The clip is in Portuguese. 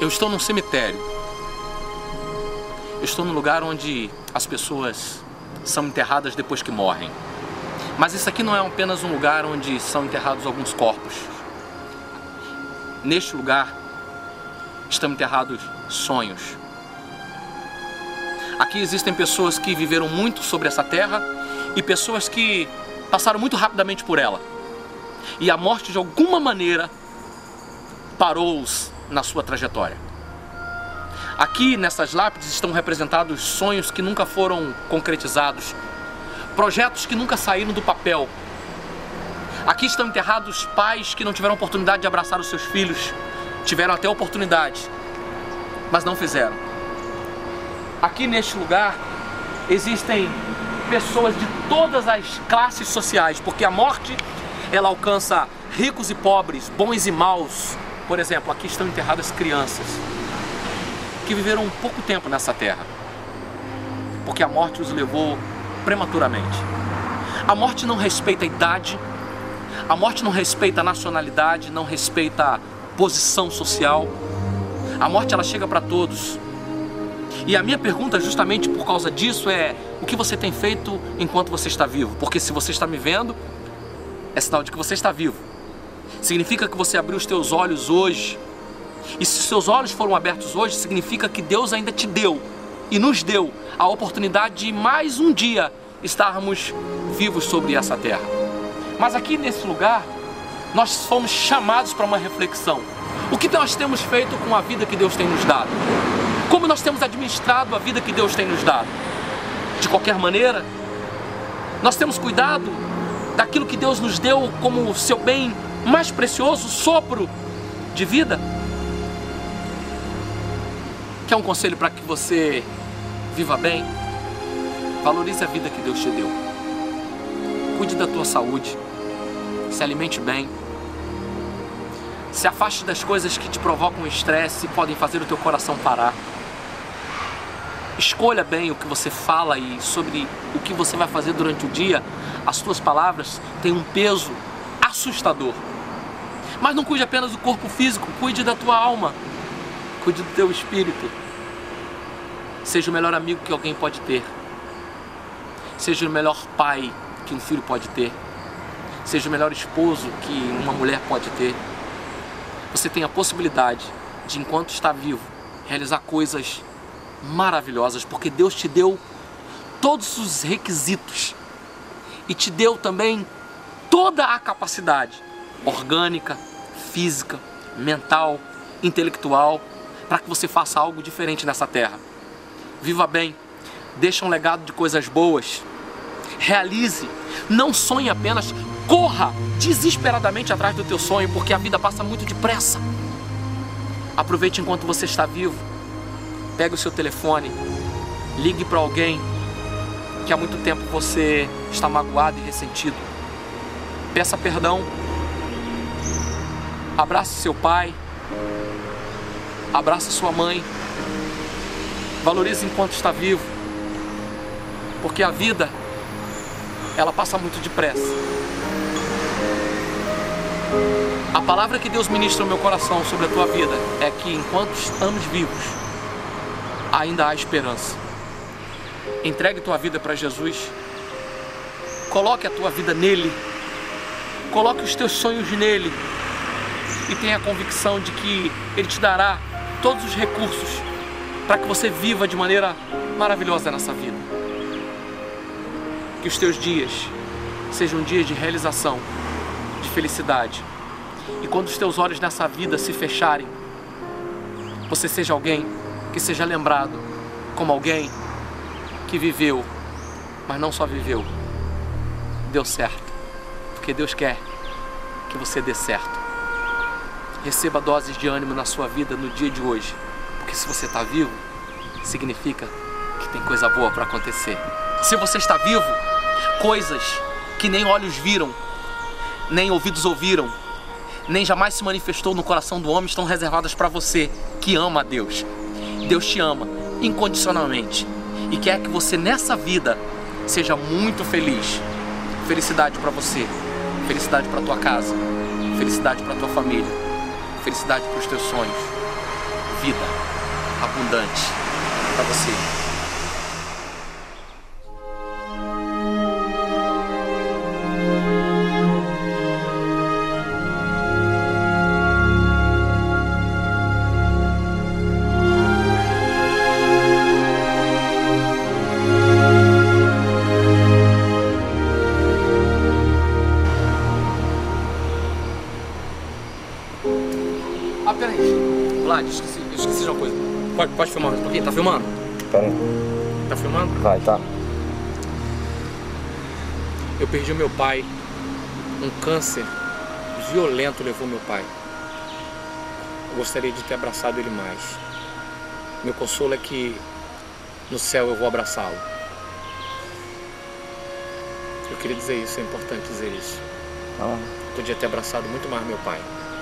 Eu estou num cemitério. Eu estou num lugar onde as pessoas são enterradas depois que morrem. Mas isso aqui não é apenas um lugar onde são enterrados alguns corpos. Neste lugar estão enterrados sonhos. Aqui existem pessoas que viveram muito sobre essa terra e pessoas que passaram muito rapidamente por ela. E a morte, de alguma maneira, parou-os na sua trajetória. Aqui, nessas lápides, estão representados sonhos que nunca foram concretizados, projetos que nunca saíram do papel. Aqui estão enterrados pais que não tiveram oportunidade de abraçar os seus filhos, tiveram até oportunidade, mas não fizeram. Aqui neste lugar existem pessoas de todas as classes sociais, porque a morte, ela alcança ricos e pobres, bons e maus. Por exemplo, aqui estão enterradas crianças que viveram pouco tempo nessa terra, porque a morte os levou prematuramente. A morte não respeita a idade, a morte não respeita a nacionalidade, não respeita a posição social. A morte, ela chega para todos. E a minha pergunta, justamente por causa disso, é: o que você tem feito enquanto você está vivo? Porque se você está me vendo, é sinal de que você está vivo. Significa que você abriu os teus olhos hoje. E se os seus olhos foram abertos hoje, significa que Deus ainda te deu e nos deu a oportunidade de mais um dia estarmos vivos sobre essa terra. Mas aqui nesse lugar, nós fomos chamados para uma reflexão. O que nós temos feito com a vida que Deus tem nos dado? Como nós temos administrado a vida que Deus tem nos dado? De qualquer maneira, nós temos cuidado daquilo que Deus nos deu como o seu bem mais precioso, sopro de vida? Quer um conselho para que você viva bem? Valorize a vida que Deus te deu. Cuide da tua saúde. Se alimente bem. Se afaste das coisas que te provocam estresse e podem fazer o teu coração parar. Escolha bem o que você fala e sobre o que você vai fazer durante o dia. As tuas palavras têm um peso assustador. Mas não cuide apenas do corpo físico, cuide da tua alma. Cuide do teu espírito. Seja o melhor amigo que alguém pode ter. Seja o melhor pai que um filho pode ter. Seja o melhor esposo que uma mulher pode ter. Você tem a possibilidade de, enquanto está vivo, realizar coisas maravilhosas, porque Deus te deu todos os requisitos e te deu também toda a capacidade orgânica, física, mental, intelectual, para que você faça algo diferente nessa terra. Viva bem, deixe um legado de coisas boas, realize, não sonhe apenas, corra desesperadamente atrás do teu sonho, porque a vida passa muito depressa. Aproveite enquanto você está vivo, pegue o seu telefone, ligue para alguém que há muito tempo você está magoado e ressentido. Peça perdão, abrace seu pai, abrace sua mãe, valorize enquanto está vivo, porque a vida, ela passa muito depressa. A palavra que Deus ministra no meu coração sobre a tua vida é que enquanto estamos vivos, ainda há esperança. Entregue tua vida para Jesus, coloque a tua vida nele, coloque os teus sonhos nele e tenha a convicção de que Ele te dará todos os recursos para que você viva de maneira maravilhosa nessa vida. Que os teus dias sejam dias de realização, de felicidade. E quando os teus olhos nessa vida se fecharem, você seja alguém que seja lembrado como alguém que viveu, mas não só viveu, deu certo. Porque Deus quer que você dê certo. Receba doses de ânimo na sua vida no dia de hoje. Porque se você está vivo, significa que tem coisa boa para acontecer. Se você está vivo, coisas que nem olhos viram, nem ouvidos ouviram, nem jamais se manifestou no coração do homem, estão reservadas para você que ama a Deus. Deus te ama incondicionalmente e quer que você nessa vida seja muito feliz. Felicidade para você, felicidade para tua casa, felicidade para tua família, felicidade para os teus sonhos. vida abundante para você. Ah, peraí. Vlad, eu esqueci de uma coisa. Pode filmar mais um pouquinho? Tá filmando? Pera aí. Tá filmando? Vai, tá. Eu perdi o meu pai. Um câncer violento levou meu pai. Eu gostaria de ter abraçado ele mais. Meu consolo é que no céu eu vou abraçá-lo. Eu queria dizer isso, é importante dizer isso. Ah. Podia ter abraçado muito mais meu pai.